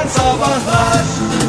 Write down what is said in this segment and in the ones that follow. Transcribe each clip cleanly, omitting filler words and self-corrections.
Modern Sabahlar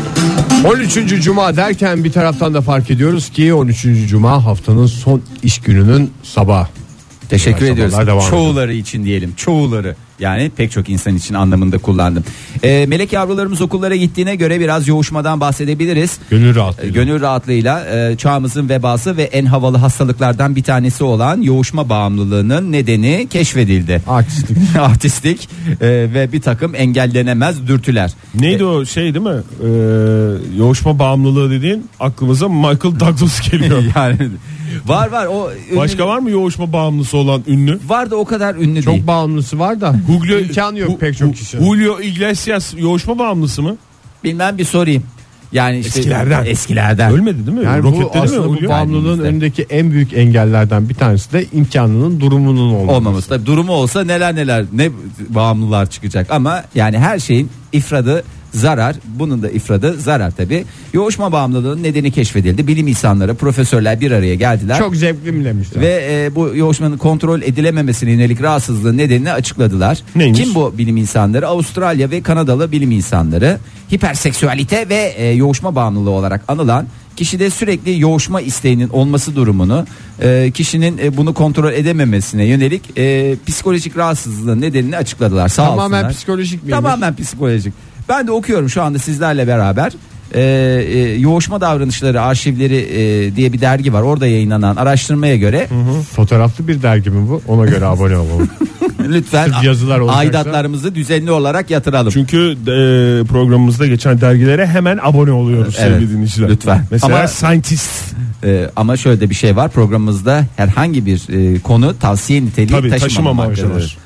13. Cuma derken bir taraftan da fark ediyoruz ki 13. Cuma haftanın son iş gününün sabahı. Teşekkür ediyoruz. Devam Çoğuları için diyelim. Çoğuları. Yani pek çok insan için anlamında kullandım. Melek yavrularımız okullara gittiğine göre biraz yoğuşmadan bahsedebiliriz. Gönül rahatlığıyla çağımızın vebası ve en havalı hastalıklardan bir tanesi olan yoğuşma bağımlılığının nedeni keşfedildi. Artistlik ve bir takım engellenemez dürtüler. Neydi o şey değil mi? Yoğuşma bağımlılığı dediğin aklımıza Michael Douglas geliyor. Yani var o ünlü... Başka var mı yoğuşma bağımlısı olan ünlü? Var da o kadar ünlü çok değil. Çok bağımlısı var da imkanı yok pek çok kişi. Julio Iglesias yoğuşma bağımlısı mı? Bilmem, bir sorayım. Yani işte eskilerden. Ölmedi değil mi? Yani bu aslında bu bağımlılığın önündeki en büyük engellerden bir tanesi de imkanının, durumunun olmaması. Tabii durumu olsa neler ne bağımlılar çıkacak ama yani her şeyin ifradı zarar, bunun da ifradı zarar tabii. Yoğuşma bağımlılığının nedeni keşfedildi. Bilim insanları, profesörler bir araya geldiler. Çok zevkli mi demişler. Ve bu yoğuşmanın kontrol edilememesine yönelik rahatsızlığın nedenini açıkladılar. Neymiş? Kim bu bilim insanları? Avustralya ve Kanadalı bilim insanları. Hiperseksüalite ve yoğuşma bağımlılığı olarak anılan, kişide sürekli yoğuşma isteğinin olması durumunu, kişinin bunu kontrol edememesine yönelik psikolojik rahatsızlığın nedenini açıkladılar. Tamamen psikolojik miymiş? Tamamen psikolojik. Ben de okuyorum şu anda sizlerle beraber. Yoğuşma davranışları arşivleri diye bir dergi var. Orada yayınlanan araştırmaya göre. Fotoğraflı bir dergi mi bu? Ona göre abone olalım. Lütfen yazılar aidatlarımızı düzenli olarak yatıralım. Çünkü programımızda geçen dergilere hemen abone oluyoruz sevgili dinleyiciler. Lütfen. Mesela ama, Scientist. Ama şöyle de bir şey var. Programımızda herhangi bir konu tavsiye niteliği taşımamamaktadır.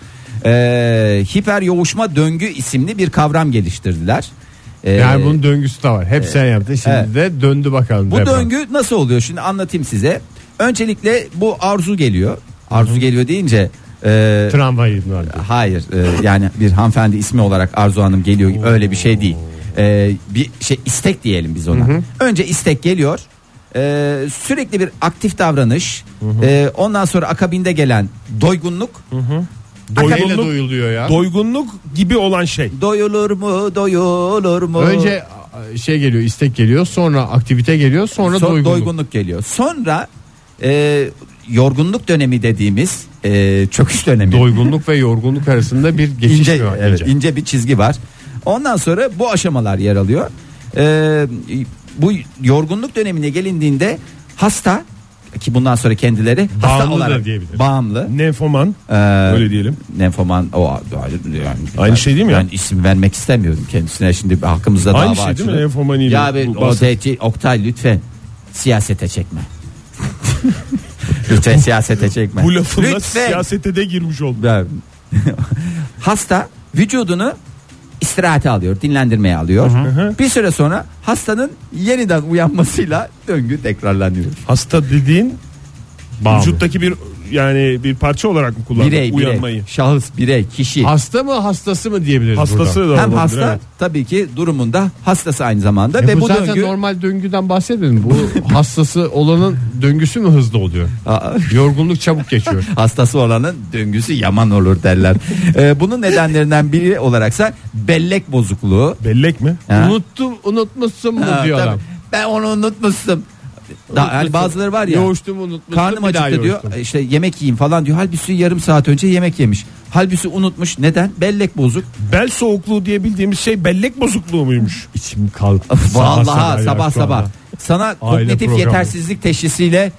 Hiper yoğuşma döngü isimli bir kavram geliştirdiler. Yani bunun döngüsü de var. Hep sen yaptın. Şimdi de döndü bakalım. Bu döngü nasıl oluyor? Şimdi anlatayım size. Öncelikle bu arzu geliyor. Arzu geliyor deyince tramvayı mı? Hayır. Yani bir hanımefendi ismi olarak Arzu Hanım geliyor. Öyle bir şey değil. Bir şey, istek diyelim biz ona. Önce istek geliyor. Sürekli bir aktif davranış. Ondan sonra akabinde gelen doygunluk. Neyle doyuluyor ya? Doygunluk gibi olan şey. Doyulur mu? Önce şey geliyor, istek geliyor, sonra aktivite geliyor, sonra doygunluk geliyor. Sonra yorgunluk dönemi dediğimiz çöküş dönemi. Doygunluk ve yorgunluk arasında bir geçiş var. Evet, ince bir çizgi var. Ondan sonra bu aşamalar yer alıyor. Bu yorgunluk dönemine gelindiğinde hasta, ki bundan sonra kendileri hasta bağımlı olarak bağımlı, nefroman, öyle diyelim. Nefroman yani aynı şey değil mi? Ben isim vermek istemiyorum kendisine, şimdi hakkımızda aynı dava şey değil mi? Nefromani ya Oktay lütfen siyasete çekme. Lütfen siyasete çekme. Bu lafınla siyasete de girmiş oldu. Hasta vücudunu istirahate alıyor, dinlendirmeye alıyor. Bir süre sonra hastanın yeniden uyanmasıyla döngü tekrarlanıyor. Hasta dediğin vücuttaki bir bir parça olarak mı kullanıyor uyanmayı? Şahıs, birey, kişi. Hasta mı, hastası mı diyebiliriz hastası burada. Hem hasta, evet. Tabii ki durumunda hastası aynı zamanda ve bu zaten döngü normal döngüden bahsedelim. Bu hastası olanın döngüsü mü hızlı oluyor? Yorgunluk çabuk geçiyor. Hastası olanın döngüsü yaman olur derler. Bunun nedenlerinden biri olaraksa bellek bozukluğu. Bellek mi? Unutmuşsun mu diyor adam. Ben onu unutmuştum. Yani bazıları var ya, yoğuştum, unutmuştum, karnım acıktı diyor, işte yemek yiyeyim falan diyor, halbuki yarım saat önce yemek yemiş, halbuki unutmuş. Neden? Bellek bozuk. Bel soğukluğu diye bildiğimiz şey bellek bozukluğu muymuş? İçim kalktı. Vallahi sabah sana kognitif yetersizlik teşhisiyle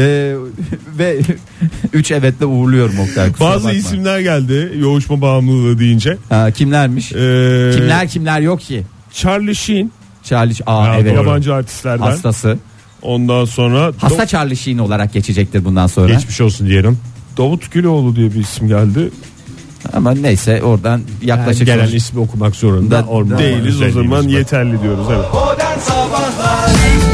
ve 3 evetle uğurluyorum Oktay. Bazı isimler geldi yoğuşma bağımlılığı deyince. Kimlermiş? Kimler yok ki? Charlie Sheen. Evet. Yabancı artistlerden. Hastası. Ondan sonra hasta Charlie Sheen olarak geçecektir bundan sonra. Geçmiş olsun diyelim. Davut Güloğlu diye bir isim geldi. Ama neyse, oradan yaklaşık gelen ismi okumak zorunda değiliz, o zaman yeterli diyoruz. Evet. Modern Sabahlar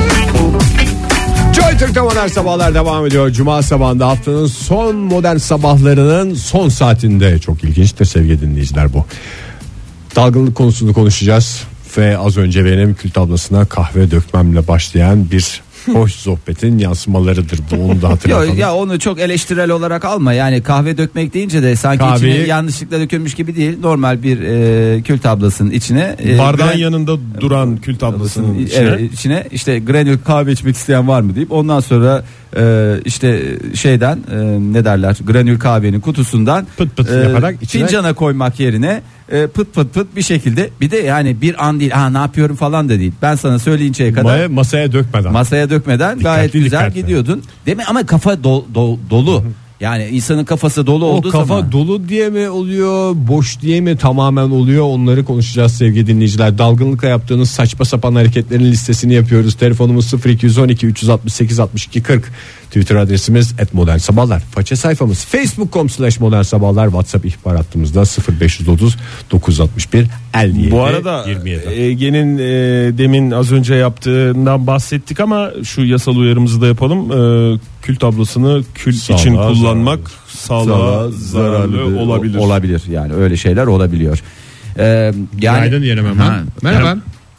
Joy Türk'te Modern Sabahlar devam ediyor. Cuma sabahında haftanın son modern sabahlarının son saatinde. Çok ilginçtir sevgili dinleyiciler bu. Dalgınlık konusunu konuşacağız. Ve az önce benim kül tablasına kahve dökmemle başlayan bir hoş sohbetin yansımalarıdır bu, onu da hatırlatalım. Yok ya, onu çok eleştirel olarak alma. Yani kahve dökmek deyince de sanki Kahveyi... içine yanlışlıkla dökülmüş gibi değil. Normal bir kül tablasının içine bardağın yanında duran kül tablasının içine. Evet, içine işte granül kahve içmek isteyen var mı deyip ondan sonra işte şeyden ne derler, granül kahvenin kutusundan pıt pıt yaparak içine... fincana koymak yerine pıt pıt pıt bir şekilde, bir de yani bir an değil ne yapıyorum falan da değil. Ben sana söyleyinceye kadar masaya dökmeden gayet güzel dikkatli gidiyordun. Değil mi? Ama kafa dolu. Yani insanın kafası dolu olduğu zaman. O kafa dolu diye mi oluyor, boş diye mi tamamen oluyor, onları konuşacağız sevgili dinleyiciler. Dalgınlıkla yaptığınız saçma sapan hareketlerin listesini yapıyoruz. Telefonumuz 0212 368 62 40. Twitter adresimiz @modernsabahlar. Faça sayfamız facebook.com/modernsabahlar. WhatsApp ihbar hattımızda 0530 961 57 Bu arada 27. Ege'nin demin az önce yaptığından bahsettik ama şu yasal uyarımızı da yapalım. Kül tablasını kül için kullanmak sağlığa zararlı olabilir. Olabilir yani, öyle şeyler olabiliyor. Günaydın yenemem ben. Merhaba.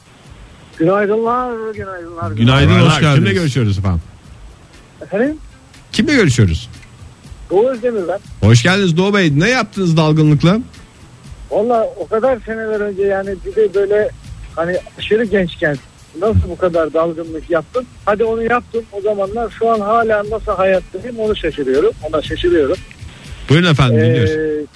Günaydınlar. Günaydın, hoş geldiniz. Kimle görüşüyoruz efendim? Efendim? Kimle görüşüyoruz? Doğu Özdemir ben. Hoş geldiniz Doğu Bey. Ne yaptınız dalgınlıkla? Valla o kadar seneler önce, yani bir de böyle hani aşırı gençken nasıl bu kadar dalgınlık yaptım? Hadi onu yaptım o zamanlar, şu an hala nasıl hayattayım ona şaşırıyorum. Buyurun efendim, dinliyoruz.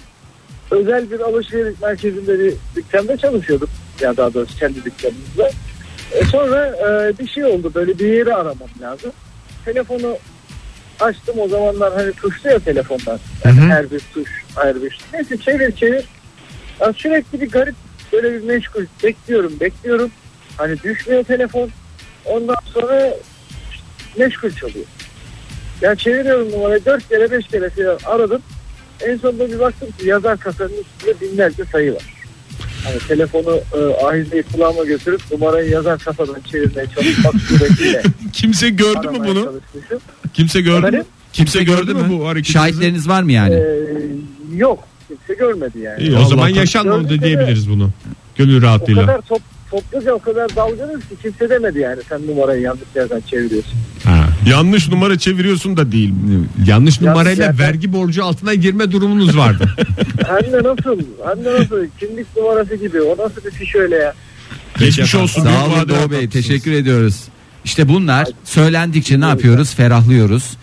Özel bir alışveriş merkezinde bir dükkanda çalışıyordum. Ya daha doğrusu kendi dükkanımızda. Sonra bir şey oldu, böyle bir yeri aramam lazım. Telefonu açtım, o zamanlar hani tuşlu ya telefonlar. Yani her bir tuş ayrı bir şey. Neyse çevir. Ya sürekli bir garip böyle bir meşgul. Bekliyorum. Hani düşmüyor telefon. Ondan sonra meşgul çalıyor. Yani çeviriyorum numarayı 4 kere 5 kere falan aradım. En sonunda bir baktım ki yazar kasanın üstünde binlerce sayı var. Hani telefonu ahizeyi kulağıma götürüp numarayı yazar kasadan çevirmeye çalışmak suretiyle. Kimse gördü mü bunu? Kimse gördü mü? Kimse gördü mü bu hareketi? Şahitleriniz var mı yani? Yok. Kimse görmedi yani. İyi, o zaman yaşanmadı diyebiliriz bunu. Gönül rahatlığıyla. O kadar topluca o kadar dalgınız ki kimse demedi yani sen numarayı yanlış yerden çeviriyorsun. Yanlış numara çeviriyorsun da değil. Yanlış numarayla vergi borcu altına girme durumunuz vardı. Hem de nasıl kimlik numarası gibi, o nasıl bir fiş öyle ya. Geçmiş olsun. Sağ olun Doğu Bey, teşekkür ediyoruz. İşte bunlar söylendikçe ne yapıyoruz? Ferahlıyoruz.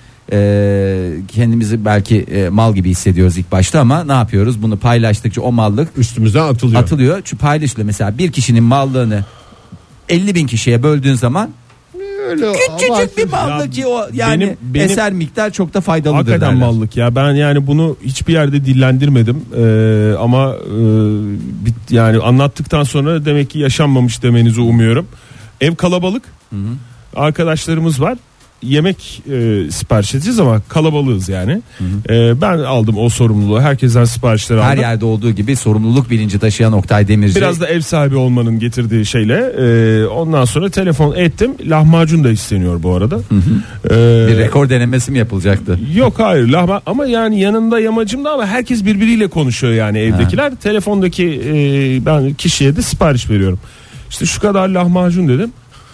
Kendimizi belki mal gibi hissediyoruz ilk başta ama ne yapıyoruz? Bunu paylaştıkça o mallık üstümüze atılıyor. Çünkü paylaşılıyor. Mesela bir kişinin mallığını 50.000 kişiye böldüğün zaman öyle küçücük bir mallık ki o yani benim eser miktar çok da faydalıdır. Hakikaten mallık ya, ben yani bunu hiçbir yerde dillendirmedim ama yani anlattıktan sonra demek ki yaşanmamış demenizi umuyorum. Ev kalabalık. Arkadaşlarımız var. Yemek sipariş edeceğiz ama kalabalığız yani. Ben aldım o sorumluluğu. Herkesten siparişler aldım. Her yerde olduğu gibi sorumluluk bilinci taşıyan Oktay Demirci. Biraz da ev sahibi olmanın getirdiği şeyle ondan sonra telefon ettim. Lahmacun da isteniyor bu arada. Bir rekor denemesi mi yapılacaktı? Yok hayır, ama yani yanında yamacım da, ama herkes birbiriyle konuşuyor yani evdekiler. Telefondaki ben kişiye de sipariş veriyorum. İşte şu kadar lahmacun dedim.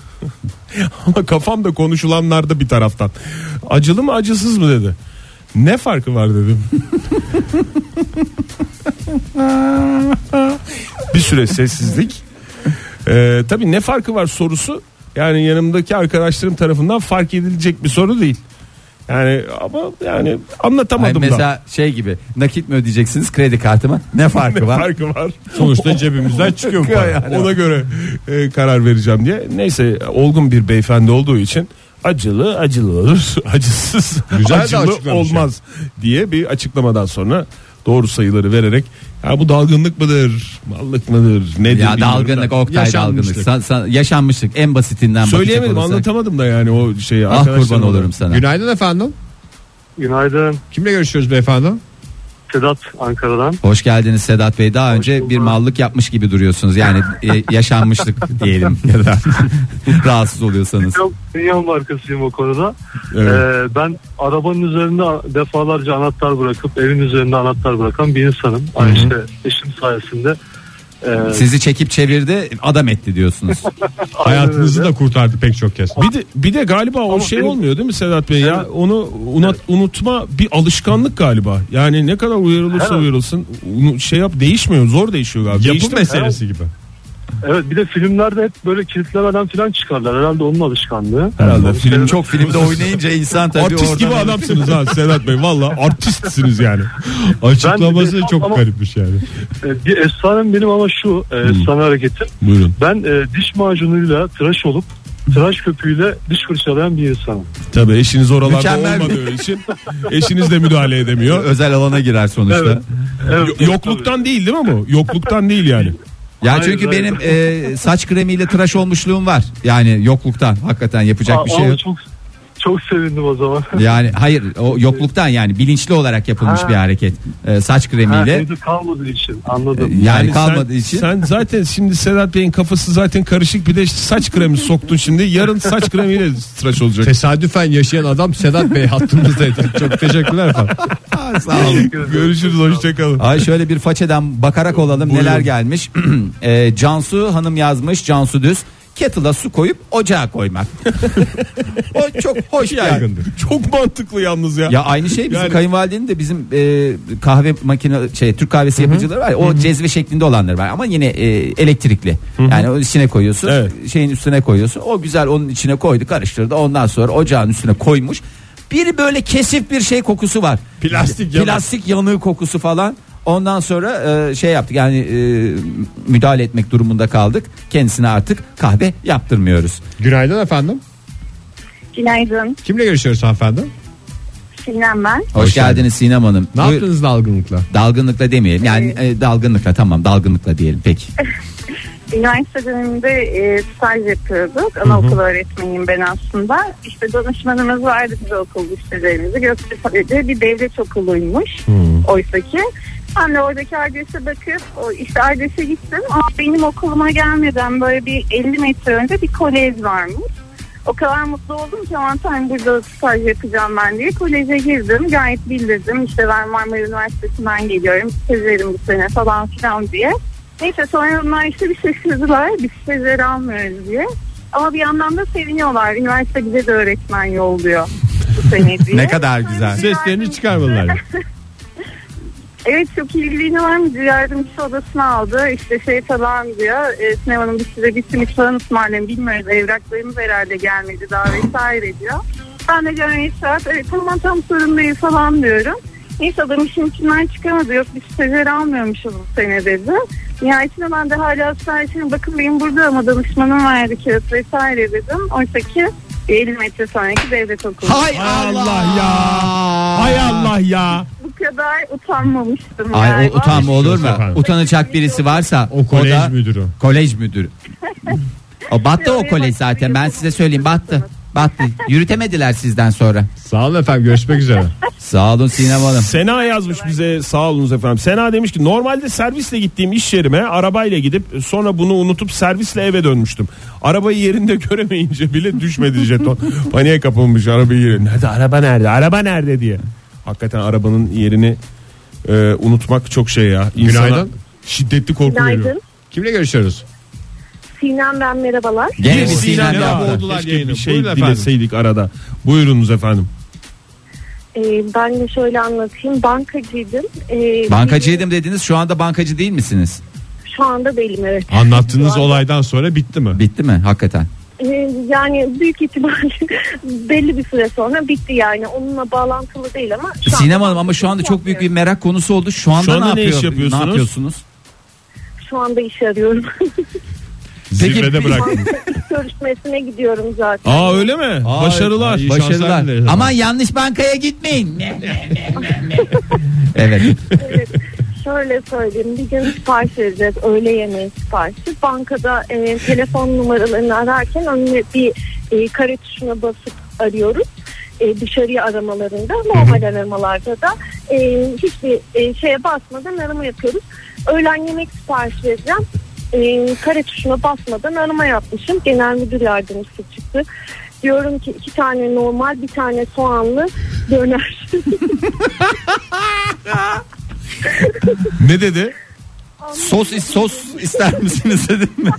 Ama kafamda konuşulanlar da bir taraftan. Acılı mı acısız mı dedi. Ne farkı var dedim. Bir süre sessizlik. Tabii ne farkı var sorusu, yani yanımdaki arkadaşlarım tarafından fark edilecek bir soru değil. Yani ama yani anlatamadım da. Mesela şey gibi, nakit mi ödeyeceksiniz, kredi kartı mı? Ne farkı var? Ne farkı var? Sonuçta cebimizden çıkıyor bu para. Yani ona göre karar vereceğim diye. Neyse, olgun bir beyefendi olduğu için acılı olur, acısız güzel acılı olmaz diye bir açıklamadan sonra doğru sayıları vererek, ya bu dalgınlık mıdır, mallık mıdır, nedir? Ya dalgınlık, Oktay dalgınlık. Yaşanmışlık en basitinden. Söyleyemedim, anlatamadım da yani o şeyi. Kurban olurum sana. Günaydın efendim. Günaydın. Kimle görüşüyoruz beyefendi? Sedat, Ankara'dan. Hoş geldiniz Sedat Bey. Daha önce bir mallık yapmış gibi duruyorsunuz. Yani yaşanmışlık diyelim ya da rahatsız oluyorsanız. Dünya markasıyım o konuda. Evet. Ben arabanın üzerinde defalarca anahtar bırakıp evin üzerinde anahtar bırakan bir insanım. İşte eşim sayesinde Sizi çekip çevirdi, adam etti diyorsunuz. Hayatınızı da kurtardı pek çok kez. Bir de galiba o şey olmuyor değil mi Sedat Bey ya? Onu unutma bir alışkanlık galiba. Yani ne kadar uyarılırsa uyarılsın değişmiyor. Zor değişiyor galiba. Yapım meselesi gibi. Evet, bir de filmlerde hep böyle kilitlemeden falan çıkarlar. Herhalde onun alışkanlığı. Herhalde Çok filmde oynayınca insan tabii artist gibi oradan... adamsınız ha Sedat Bey. Valla artistsiniz yani. Açıklaması çok garipmiş yani. Bir efsanem benim ama şu efsane hareketim. Buyurun. Ben diş macunuyla tıraş olup tıraş köpüğüyle diş fırçalayan bir insanım. Tabii eşiniz oralarda Mükemmel olmadığı için eşiniz de müdahale edemiyor. Özel alana girer sonuçta. Evet, Yokluktan değil mi bu? Yokluktan değil yani. Ya Hayır, çünkü hayır. benim saç kremiyle tıraş olmuşluğum var. Yani yokluktan hakikaten yapacak bir şey yok. Çok sevindim o zaman. Yani hayır, o yokluktan, yani bilinçli olarak yapılmış bir hareket. Saç kremiyle. Evde kalmadığı için anladım. Yani kalmadığı için. Sen zaten şimdi Sedat Bey'in kafası zaten karışık, bir de saç kremi soktun şimdi. Yarın saç kremiyle tıraş olacak. Tesadüfen yaşayan adam Sedat Bey hattımızdaydı. Çok teşekkürler efendim. Sağ olun. Görüşürüz, hoşçakalın. Ay şöyle bir façeden bakarak olalım. Buyurun. Neler gelmiş. Cansu Hanım yazmış. Cansu Düz. Kettle'a su koyup ocağa koymak. O çok hoş yaygındır. Çok mantıklı yalnız ya. Ya aynı şey bizim Yani- kayınvalidenin de bizim kahve makine Türk kahvesi yapıcıları var ya, o cezve şeklinde olanları var ama yine elektrikli. Yani o içine koyuyorsun, Evet. şeyin üstüne koyuyorsun. O güzel onun içine koydu, karıştırdı. Ondan sonra ocağın üstüne koymuş. Bir böyle kesif bir şey kokusu var. Plastik yanığı kokusu falan. Ondan sonra şey yaptık, yani müdahale etmek durumunda kaldık. Kendisine artık kahve yaptırmıyoruz. Günaydın efendim. Günaydın. Kimle görüşüyoruz hanımefendi? Sinem ben. Hoş geldiniz Sinem Hanım. Ne yaptınız dalgınlıkla? Dalgınlıkla demeyelim. Yani dalgınlıkla, tamam, dalgınlıkla diyelim peki. Üniversite döneminde staj yapıyorduk. Anaokulu öğretmeniyim ben aslında. İşte danışmanımız vardı bize okul listelerimizi gösterdi. Bir devlet okuluymuş oysa ki. Ben de oradaki adrese bakıp işte adrese gittim. Ama benim okuluma gelmeden böyle bir 50 metre önce bir kolej varmış. O kadar mutlu oldum ki aman tanrım burada staj yapacağım ben diye koleje girdim. Gayet bildirdim. İşte ben Marmara Üniversitesi'nden geliyorum. Stajyerim bu sene falan filan diye. Neyse sonra onlar işte bir şaşırdılar. Biz stajyeri almıyoruz diye. Ama bir yandan da seviniyorlar. Üniversite bize de öğretmen yolluyor bu sene diye. Ne kadar güzel. Seslerini çıkarmadılar. Evet, çok ilgileniyorlar. Müdür yardımcısı odasına aldı. İşte şey falan diyor. Sinem Hanım biz size bir simit falan ısmarlayın. Bilmiyoruz, evraklarımız herhalde gelmedi daha vesaire diyor. Ben de gayet rahat evet tamam tam sorun değil falan diyorum. Neyse adam işin içinden çıkamadı. Yok biz stajyeri almıyormuşuz bu sene dedi. Nihayetinde ben de hala stajyerim bakın benim burada ama danışmanım verdi kağıt vesaire dedim. Oysa ki 50 metre sonraki devlet okulu. Hay Allah ya. Hay Allah ya. Bu kadar utanmamıştım. Ay yani. o utanma olur mu? Efendim. Utanacak birisi varsa O kolej da müdürü. kolej müdürü. O battı o kolej zaten, ben size söyleyeyim, battı. Battı. Yürütemediler sizden sonra. Sağ olun efendim, görüşmek üzere. Sağ olun Sinem Hanım. Sena yazmış bize, sağ olunuz efendim. Sena demiş ki normalde servisle gittiğim iş yerime arabayla gidip sonra bunu unutup servisle eve dönmüştüm. Arabayı yerinde göremeyince bile düşmedi jeton. Paniğe kapılmış arabayı yerine. Nerede araba, nerede araba nerede diye. Hakikaten arabanın yerini unutmak çok şey ya. İnsana Günaydın. şiddetli korku veriyor. Günaydın. Kimle görüşüyoruz? Sinem ben, merhabalar. Gene Bir bir Sinem Sinem ya. ya. oldular Keşke yayını. bir şey Buyurun efendim. dileseydik arada. Buyurunuz efendim. Ben de şöyle anlatayım. Bankacıydım. Bankacıydım dediniz, şu anda bankacı değil misiniz? Şu anda değilim, evet. Anlattığınız Şu anda- olaydan sonra bitti mi? Bitti mi hakikaten? Yani büyük ihtimalle belli bir süre sonra bitti yani. Onunla bağlantılı değil ama. şu Sinem anda Hanım ama şu anda çok büyük bir merak konusu oldu. Şu anda, Şu anda ne ne iş yapıyor? yapıyorsunuz? Ne yapıyorsunuz? Şu anda iş arıyorum. Zirvede bıraktım. Görüşmesine gidiyorum zaten. Aa öyle mi? Aa, Başarılar. iyi şanslar Başarılar. dileriz. Aman yanlış bankaya gitmeyin. Evet. Evet. Şöyle söyleyeyim, bir gün sipariş vereceğiz, öğle yemeği siparişi. Bankada telefon numaralarını ararken önüne bir kare tuşuna basıp arıyoruz. Dışarıya aramalarında, normal aramalarda da hiçbir şeye basmadan arama yapıyoruz. Öğlen yemek sipariş vereceğim. Kare tuşuna basmadan arama yapmışım. Genel müdür yardımcısı çıktı. Diyorum ki 2 tane normal, bir tane soğanlı döner. Ne dedi? Sos ister misiniz dedim mi?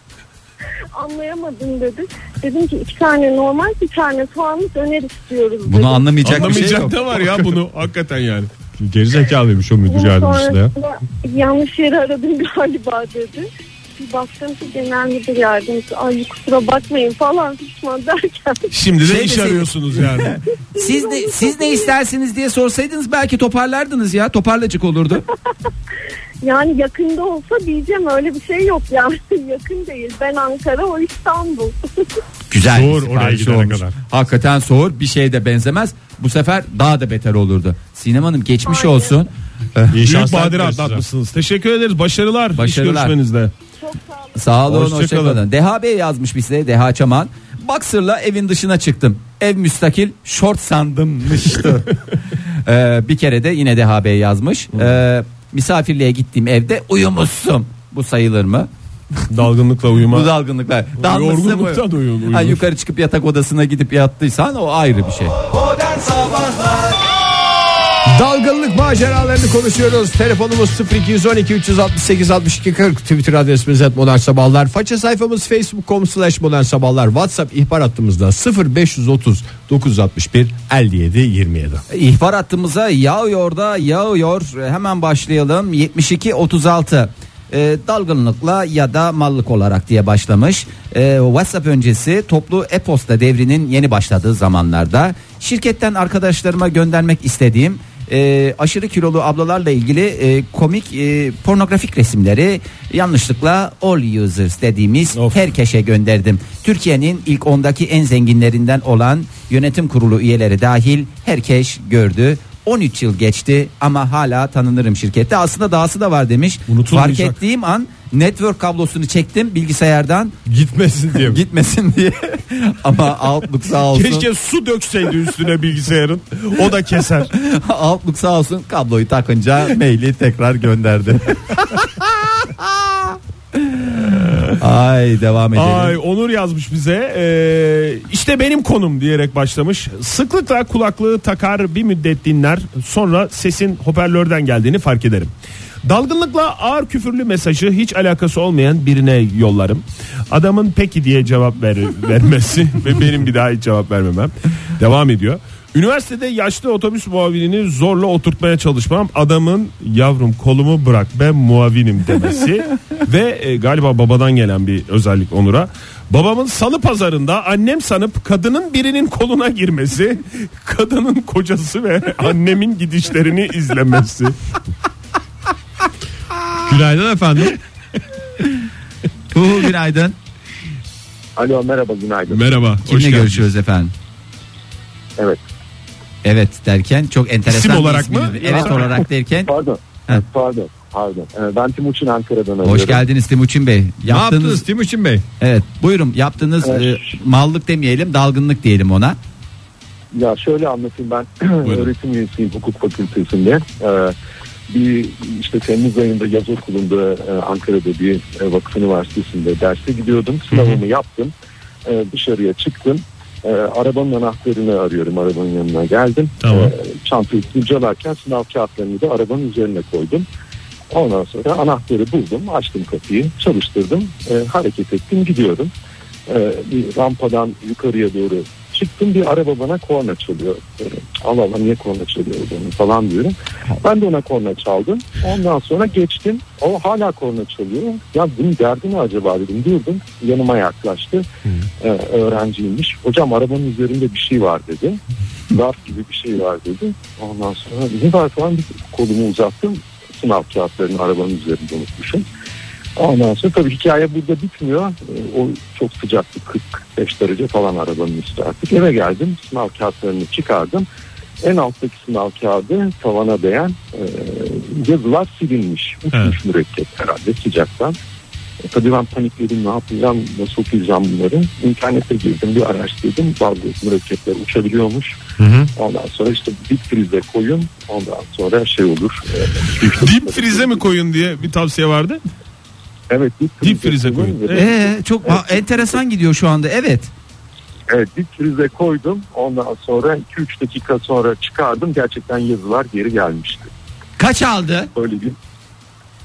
Anlayamadım dedi. Dedim ki 2 tane normal, 1 tane soğanlı döner istiyoruz dedim. Bunu anlamayacak bir şey yok. Anlamayacak da var ya bunu hakikaten yani. Gerizekalıymış o müdür Bunun yardımcısı ya. sonrasında yanlış yeri aradım galiba dedi. Bir baktım ki genel müdür yardımcısı. Ay kusura bakmayın falan pişman derken. Şimdi de Şey iş deseydi- arıyorsunuz yani. Siz ne istersiniz diye sorsaydınız belki toparlardınız ya. Toparlacık olurdu. Yani yakında olsa diyeceğim, öyle bir şey yok yani. Yakın değil. Ben Ankara, o İstanbul. Güzel. Soğur bir oraya sipariş gidene olmuş. kadar. Hakikaten soğur, bir şeye de benzemez. Bu sefer daha da beter olurdu. Sinem Hanım geçmiş Aynen. olsun. İyi Büyük şanslar badire dileriz size. atlatmışsınız. Teşekkür ederiz. Başarılar. Başarılar. İş görüşmenizde. Çok sağ olun. Sağ olun, Hoşça hoşçakalın. kalın. Deha Bey yazmış bize, Deha Çaman. Boxer'la evin dışına çıktım. Ev müstakil, şort sandımmıştı. Bir kere de yine Deha Bey yazmış. Misafirliğe gittiğim evde uyumuşsun. Bu sayılır mı? Dalgınlıkla uyuma. Bu dalgınlıklar. Dalmışsın mı? Yorgunluktan uyunur. Ha, yukarı çıkıp yatak odasına gidip yattıysan o ayrı bir şey. Modern Sabahlar Dalgınlık maceralarını konuşuyoruz. Telefonumuz 0212 368 62 40. Twitter adresimiz @modernsabahlar. Faça sayfamız facebook.com/modernsabahlar. WhatsApp ihbar hattımızda 0530 961 57 27. İhbar hattımıza yağıyor da yağıyor. Hemen başlayalım. 7236. Dalgınlıkla ya da mallık olarak diye başlamış. WhatsApp öncesi toplu e-posta devrinin yeni başladığı zamanlarda şirketten arkadaşlarıma göndermek istediğim aşırı kilolu ablalarla ilgili komik pornografik resimleri yanlışlıkla all users dediğimiz Of. herkese gönderdim. Türkiye'nin ilk 10'daki en zenginlerinden olan yönetim kurulu üyeleri dahil herkes gördü. 13 yıl geçti ama hala tanınırım şirkette. Aslında dahası da var demiş. Unutulmayacak. Fark ettiğim an network kablosunu çektim bilgisayardan Gitmesin diye. gitmesin diye. Ama Outlook sağ olsun. Keşke su dökseydi üstüne bilgisayarın. O da keser. Outlook sağ olsun kabloyu takınca maili tekrar gönderdi. Ay devam edelim. Ay Onur yazmış bize. İşte benim konum diyerek başlamış. Sıklıkla kulaklığı takar, bir müddet dinler. Sonra sesin hoparlörden geldiğini fark ederim. Dalgınlıkla ağır küfürlü mesajı hiç alakası olmayan birine yollarım. Adamın peki diye cevap vermesi ve benim bir daha hiç cevap vermemem. Devam ediyor. Üniversitede yaşlı otobüs muavinini zorla oturtmaya çalışmam. Adamın yavrum kolumu bırak ben muavinim demesi. Ve galiba babadan gelen bir özellik Onur'a. Babamın salı pazarında annem sanıp kadının birinin koluna girmesi. Kadının kocası ve annemin gidişlerini izlemesi. Günaydın efendim. Günaydın. Alo merhaba günaydın. Merhaba. hoş Kimle geldiniz. görüşüyoruz efendim? Evet. Evet derken çok enteresan İsim bir olarak isminiz. mı? Evet olarak derken. Pardon. Heh. Pardon. Ben Timuçin Ankara'dan arıyorum. Hoş geldiniz Timuçin Bey. Ne yaptınız Timuçin Bey? Evet buyurun yaptığınız Evet. mallık demeyelim dalgınlık diyelim ona. Ya şöyle anlatayım ben. Öğretim üyesiyim hukuk fakültesinde. Bir işte Temmuz ayında yaz okulunda Ankara'da bir vakıf üniversitesinde derse gidiyordum. Sınavımı yaptım. Dışarıya çıktım. Arabanın anahtarını arıyorum. Arabanın yanına geldim. Tamam. Çantayı kurcalarken sınav kağıtlarını da arabanın üzerine koydum. Ondan sonra anahtarı buldum. Açtım kapıyı. Çalıştırdım. Hareket ettim. Gidiyorum. Bir rampadan yukarıya doğru çıktım. Bir araba bana korna çalıyor. Allah Allah niye korna çalıyor falan diyorum. Ben de ona korna çaldım. Ondan sonra geçtim. O hala korna çalıyor. Ya bunun derdi ne acaba dedim. Durdum. Yanıma yaklaştı. Öğrenciymiş. Hocam arabanın üzerinde bir şey var dedi. Zarf gibi bir şey var dedi. Ondan sonra ne var falan bir kolumu uzattım. Sınav kağıtlarını arabanın üzerinde unutmuşum. Ondan sonra tabii hikaye burada bitmiyor. O çok sıcaktı. 40-45 derece falan arabanın üstü artık. Eve geldim. Sınav kağıtlarını çıkardım. En alttaki sınav kağıdı tavana değen yazılar silinmiş. Uçmuş mürekkep herhalde sıcaktan. Tabii ben panikledim. Ne yapacağım? Nasıl okuyacağım bunları? İnternete girdim. Bir araştırdım. Bazı mürekkepler uçabiliyormuş. Ondan sonra işte dip frize koyun. Ondan sonra şey olur. Dip frize mi koyun diye bir tavsiye vardı. Evet. Dip frize koyun. Çok enteresan gidiyor şu anda evet. Evet dip frize koydum. Ondan sonra 2-3 dakika sonra çıkardım. Gerçekten yazılar geri gelmişti. Kaç aldı? Böyle bir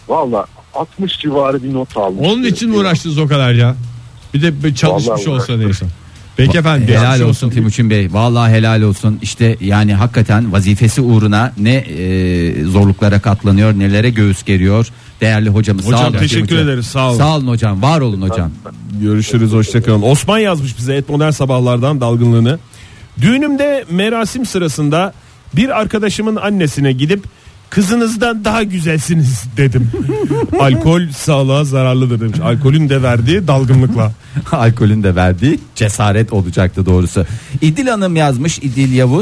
Valla 60 civarı bir not almış. Onun için mi uğraştınız o kadar ya? Bir de çalışmış Vallahi olsa uğraştım. neyse. Peki efendim. Helal olsun Timuçin Bey. Vallahi helal olsun. İşte yani hakikaten vazifesi uğruna ne zorluklara katlanıyor, nelere göğüs geriyor. Değerli hocamız. Hocam sağ olun. teşekkür Timuçin. ederiz. Sağ olun. Sağ olun hocam. Var olun hocam. Görüşürüz, hoşçakalın. Osman yazmış bize Et Modern Sabahlardan dalgınlığını. Düğünümde merasim sırasında bir arkadaşımın annesine gidip kızınızdan daha güzelsiniz dedim. Alkol sağlığa zararlıdır demiş. Alkolün de verdiği dalgınlıkla. Alkolün de verdiği cesaret olacaktı doğrusu. İdil Hanım yazmış, İdil Yavuz.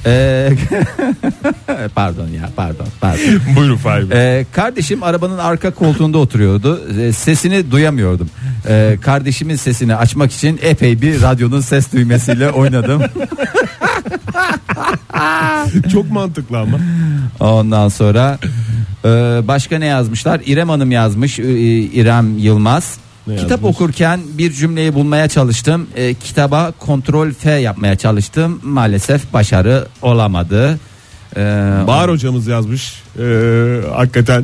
Pardon. Buyurun Fahir. Kardeşim arabanın arka koltuğunda oturuyordu. Sesini duyamıyordum. Kardeşimin sesini açmak için epey bir radyonun ses düğmesiyle oynadım. Çok mantıklı ama. Ondan sonra başka ne yazmışlar? İrem Hanım yazmış. İrem Yılmaz. Kitap yazmış? okurken bir cümleyi bulmaya çalıştım. Kitaba Ctrl F yapmaya çalıştım. Maalesef başarı olamadı. Bahar hocamız yazmış. Hakikaten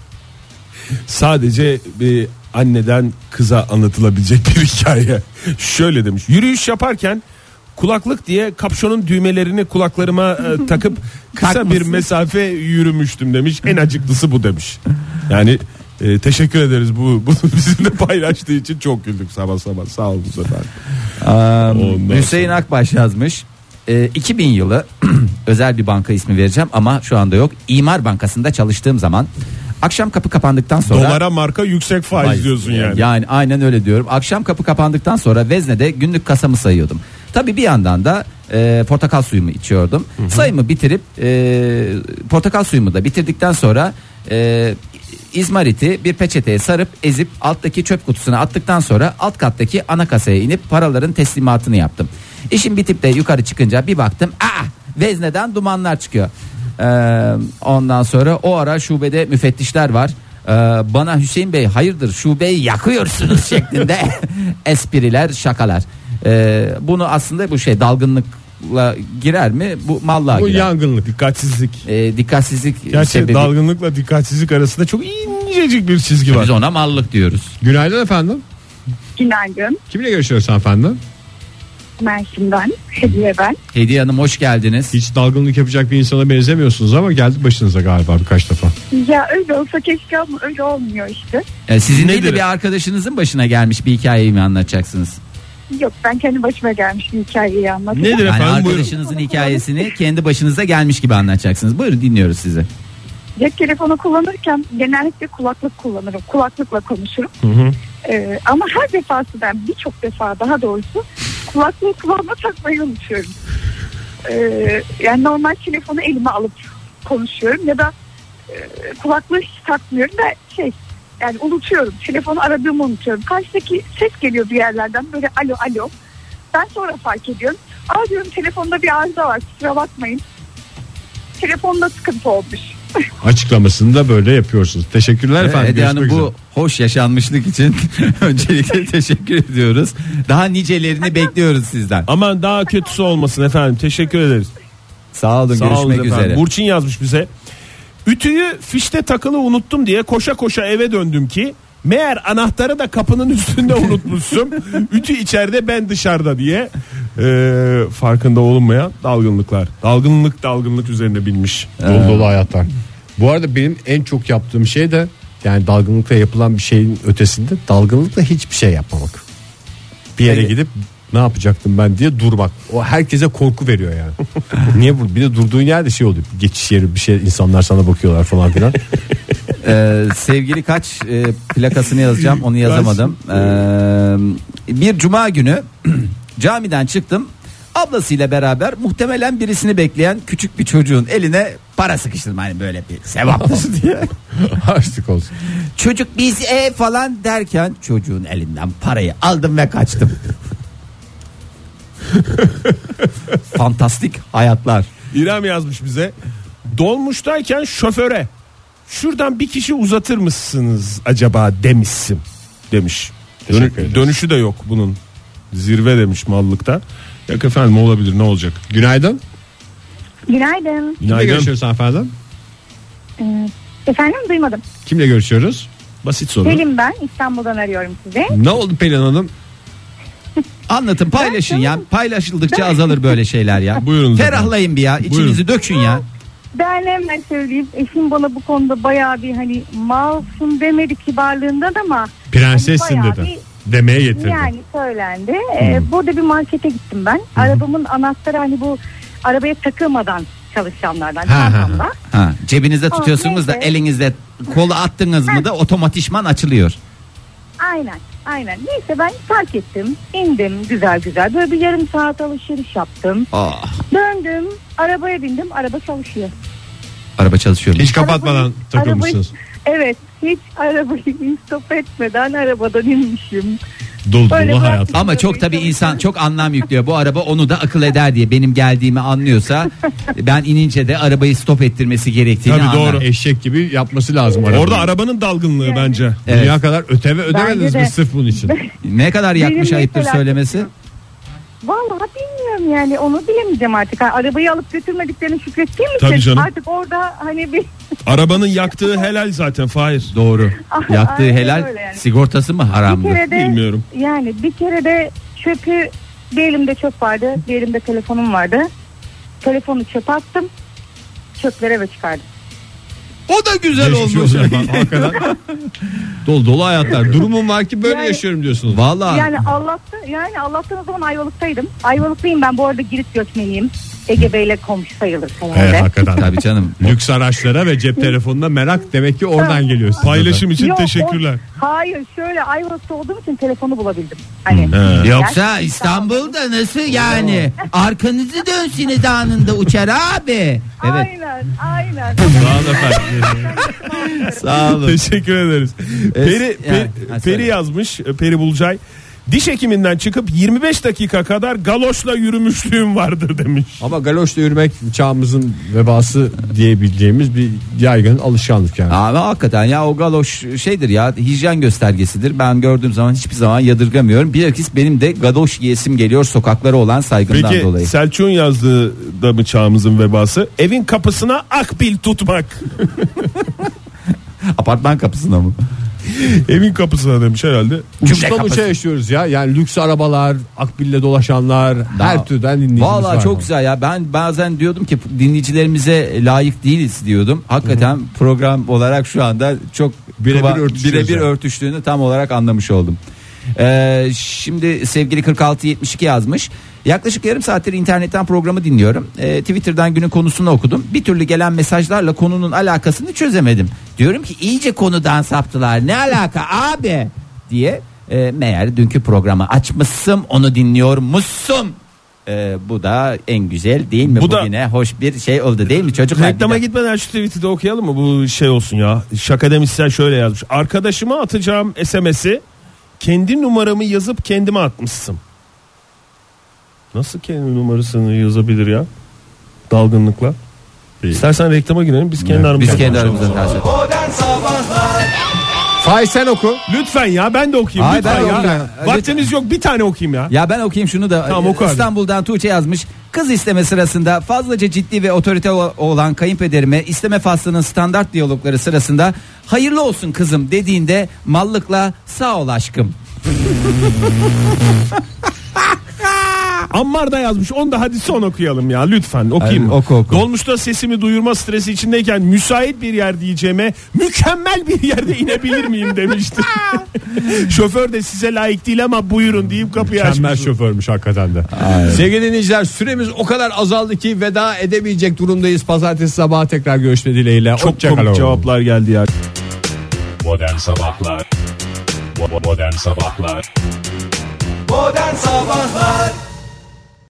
sadece bir anneden kıza anlatılabilecek bir hikaye. Şöyle demiş. Yürüyüş yaparken kulaklık diye kapşonun düğmelerini kulaklarıma takıp kısa bir mesafe yürümüştüm demiş. En acıklısı bu demiş. Yani teşekkür ederiz bunu bizimle paylaştığı için, çok güldük sabah sabah. Sağ olun bu sefer. Hüseyin Akbaş yazmış. 2000 yılı özel bir banka ismi vereceğim ama şu anda yok. İmar Bankası'nda çalıştığım zaman akşam kapı kapandıktan sonra Dolara marka yüksek faiz diyorsun yani. Yani aynen öyle diyorum. Akşam kapı kapandıktan sonra veznede günlük kasamı sayıyordum. Tabii bir yandan da portakal suyumu içiyordum. Sayımı bitirip portakal suyumu da bitirdikten sonra İzmariti bir peçeteye sarıp ezip alttaki çöp kutusuna attıktan sonra alt kattaki ana kasaya inip paraların teslimatını yaptım. İşim bitip de yukarı çıkınca bir baktım, vezneden dumanlar çıkıyor. Ondan sonra o ara şubede müfettişler var. Bana Hüseyin Bey hayırdır şubeyi yakıyorsunuz şeklinde espriler, şakalar. Bunu aslında bu dalgınlıkla girer mi? Bu mallığa Bu girer. yangınlık. Dikkatsizlik. Dikkatsizlik Gerçi sebebi. dalgınlıkla dikkatsizlik arasında çok incecik bir çizgi var. Biz ona mallık diyoruz. Günaydın efendim. Günaydın. Kiminle görüşüyoruz efendim? Mersin'den. Hediye ben. Hediye Hanım hoş geldiniz. Hiç dalgınlık yapacak bir insana benzemiyorsunuz ama geldi başınıza galiba birkaç defa. Ya öyle olsa keşke ama öyle olmuyor işte. Sizin değil de Nedir? bir arkadaşınızın başına gelmiş bir hikayeyi mi anlatacaksınız? Yok, ben kendi başıma gelmiş bir hikayeyi anlatacağım. Nedir Yani efendim, buyurun. arkadaşınızın hikayesini kendi başınıza gelmiş gibi anlatacaksınız. Buyurun dinliyoruz sizi. Cep telefonu kullanırken genellikle kulaklık kullanırım. Kulaklıkla konuşurum. Ama her defasında, birçok defa daha doğrusu kulaklığı kulağıma takmayı unutuyorum. Yani normal telefonu elime alıp konuşuyorum ya da kulaklığı hiç takmıyorum da yani unutuyorum. Telefonu aradığımı unutuyorum. Karşıdaki ses geliyor bir yerlerden, böyle alo alo. Ben sonra fark ediyorum. Diyorum telefonda bir arıza var, kusura bakmayın. Telefonda sıkıntı olmuş. Açıklamasını da böyle yapıyorsunuz. Teşekkürler efendim. Hediye Hanım, Görüşmek bu üzere. hoş yaşanmışlık için öncelikle teşekkür ediyoruz. Daha nicelerini bekliyoruz sizden. Aman daha kötüsü olmasın efendim. Teşekkür ederiz. Sağ olun, Sağ olun görüşmek efendim. üzere. Burçin yazmış bize. Ütüyü fişte takılı unuttum diye koşa koşa eve döndüm ki meğer anahtarı da kapının üstünde unutmuşum. Ütü içeride, ben dışarıda diye. Farkında olunmayan dalgınlıklar. Dalgınlık üzerine binmiş. Dolu dolu hayatlar. Bu arada benim en çok yaptığım şey de, yani dalgınlıkla yapılan bir şeyin ötesinde, dalgınlıkla hiçbir şey yapmamak. Bir yere gidip ne yapacaktım ben diye durmak. O herkese korku veriyor yani. Niye bu? Bir de durduğun yerde şey oluyor. Geçiş yeri bir şey, insanlar sana bakıyorlar falan filan. Sevgili kaç plakasını yazacağım, onu yazamadım. Bir cuma günü camiden çıktım. Ablasıyla beraber muhtemelen birisini bekleyen küçük bir çocuğun eline para sıkıştırdım, hani böyle bir sevaplısı diye. Harçlık olsun. Çocuk biz falan derken çocuğun elinden parayı aldım ve kaçtım. Fantastik hayatlar. İrem yazmış bize. Dolmuştayken şoföre şuradan bir kişi uzatır mısınız acaba demişsin demiş. Teşekkür ederiz. Dönüşü de yok bunun. Zirve demiş mallıkta. Yok efendim, olabilir, ne olacak? Günaydın. Günaydın. Kimle görüşüyoruz efendim? Efendim, duymadım. Kimle görüşüyoruz? Basit soru. Pelin ben, İstanbul'dan arıyorum size. Ne oldu Pelin Hanım? Anlatın, paylaşın ya. Paylaşıldıkça azalır böyle şeyler ya. Buyurun. Ferahlayın bir ya. İçinizi dökün ya. Ben hemen söyleyeyim. Eşim bana bu konuda bayağı bir hani masum demedi kibarlığından ama Prensessin hani bayağı dedi. Demeye getirdi. yani söylendi. Burada bir markete gittim ben. Arabamın anahtarı hani bu arabaya takılmadan çalışanlardan. Çantamda. Ha, cebinizde tutuyorsunuz da neyse. elinizde kolu attınız mı da otomatikman açılıyor. Aynen. Neyse ben park ettim. İndim güzel. Böyle bir yarım saat alışveriş yaptım. Döndüm. Arabaya bindim. Araba çalışıyor. Araba çalışıyor mu? Hiç kapatmadan takılmışsınız. Evet. Hiç arabayı stop etmeden arabadan inmişim. Dolu Böyle hayat. bıraktım. Ama çok tabii insan çok anlam yüklüyor. Bu araba onu da akıl eder diye benim geldiğimi anlıyorsa ben inince de arabayı stop ettirmesi gerektiğini Tabii, anlar. doğru. Eşek gibi yapması lazım arabayı. Orada arabanın dalgınlığı bence. Evet. Dünya kadar ödemediniz Bence mi de. sırf bunun için? Ne kadar yakmış Benim ayıptır mesela- söylemesi. Vallahi bilmiyorum yani, onu bilemeyeceğim artık. Yani arabayı alıp götürmediklerini şükrettiğim için Tabii canım. artık orada hani bir Arabanın yaktığı helal zaten Fahir. Doğru. Yaktığı Aynen helal, öyle yani. sigortası mı haramdı? bir kere de Bilmiyorum. yani bir kere de çöpü, bir elimde çöp vardı, bir elimde telefonum vardı. Telefonu çöpe attım. Çöpleri eve çıkardım. O da güzel Geçmiş olmuş. olsun efendim, hakikaten. Dolu hayatlar. Durumum var ki böyle Yani- yaşıyorum diyorsunuz. Vallahi Yani Allah'tan o zaman Ayvalık'taydım. Ayvalık'tayım ben, bu arada Girit göçmeniyim. Ege Bey'le komşu sayılır herhalde. Evet, hakikaten. tabii canım. Lüks araçlara ve cep telefonuna merak demek ki oradan geliyor. size de. Paylaşım için Yok, teşekkürler. Hayır, şöyle Ayvalık'ta olduğum için telefonu bulabildim. Hani Yoksa İstanbul'da nasıl yani? Arkanızı dönsünüz anında uçar abi. Evet. Aynen. Sağ olun efendim. Sağ olun. Teşekkür ederiz. Peri söyle. yazmış, Peri Bulcay. Diş hekiminden çıkıp 25 dakika kadar galoşla yürümüşlüğüm vardır demiş. Ama galoşla yürümek çağımızın vebası diyebileceğimiz bir yaygın alışkanlık yani. Ama hakikaten ya o galoş şeydir ya, hijyen göstergesidir. Ben gördüğüm zaman hiçbir zaman yadırgamıyorum. Bilakis benim de galoş giyesim geliyor sokaklara olan saygımdan Peki dolayı. Selçuk'un yazdığı da mı çağımızın vebası? Evin kapısına akbil tutmak. Apartman kapısına mı? Evin kapısına demiş herhalde. Uçtan kapısı. uça yaşıyoruz ya. Yani lüks arabalar, akbille dolaşanlar, her türden dinleyicimiz Vallahi var. çok güzel ya. Ben bazen diyordum ki dinleyicilerimize layık değiliz diyordum. Hakikaten program olarak şu anda çok Birebir örtüştüğünü tam olarak anlamış oldum. Şimdi sevgili 4672 yazmış. Yaklaşık yarım saattir internetten programı dinliyorum. Twitter'dan günün konusunu okudum. Bir türlü gelen mesajlarla konunun alakasını çözemedim. Diyorum ki iyice konudan saptılar. Ne alaka abi diye. Meğer dünkü programı açmışsın, onu dinliyormuşsun. Bu da en güzel değil mi? Bu da- Bugüne hoş bir şey oldu değil mi çocuklar? Reklama gitmeden şu tweet'i de okuyalım mı? Bu şey olsun ya. Şakademisyen şöyle yazmış. Arkadaşıma atacağım SMS'i kendi numaramı yazıp kendime atmışsın. Nasıl kendi numarasını yazabilir ya? Dalgınlıkla. İstersen reklama girelim, biz kendi aramızda. Biz kendi konuşalım. aramızda karşı. Modern Sabahlar Fay sen oku. Lütfen ya, ben de okuyayım. Ay, lütfen ben ya. okuyayım. Vaktiniz yok, bir tane okuyayım ya. Ya ben okuyayım şunu da. Tamam, oku hadi. İstanbul'dan Tuğçe yazmış. Kız isteme sırasında fazlaca ciddi ve otorite olan kayınpederime isteme faslının standart diyalogları sırasında hayırlı olsun kızım dediğinde mallıkla sağ ol aşkım. Ammar da yazmış, onu da hadi son okuyalım ya, lütfen okuyayım Hadi, mı? oku. Dolmuşta sesimi duyurma stresi içindeyken müsait bir yer diyeceğime mükemmel bir yerde inebilir miyim demişti. Şoför de size layık değil ama buyurun deyip kapıyı Mükemmel açmış. şoförmüş hakikaten de. Sevgili dinleyiciler, süremiz o kadar azaldı ki veda edemeyecek durumdayız. Pazartesi sabahı tekrar görüşme dileğiyle. Çok Hoşça komik kalın. cevaplar geldi ya. Modern Sabahlar Modern Sabahlar Modern Sabahlar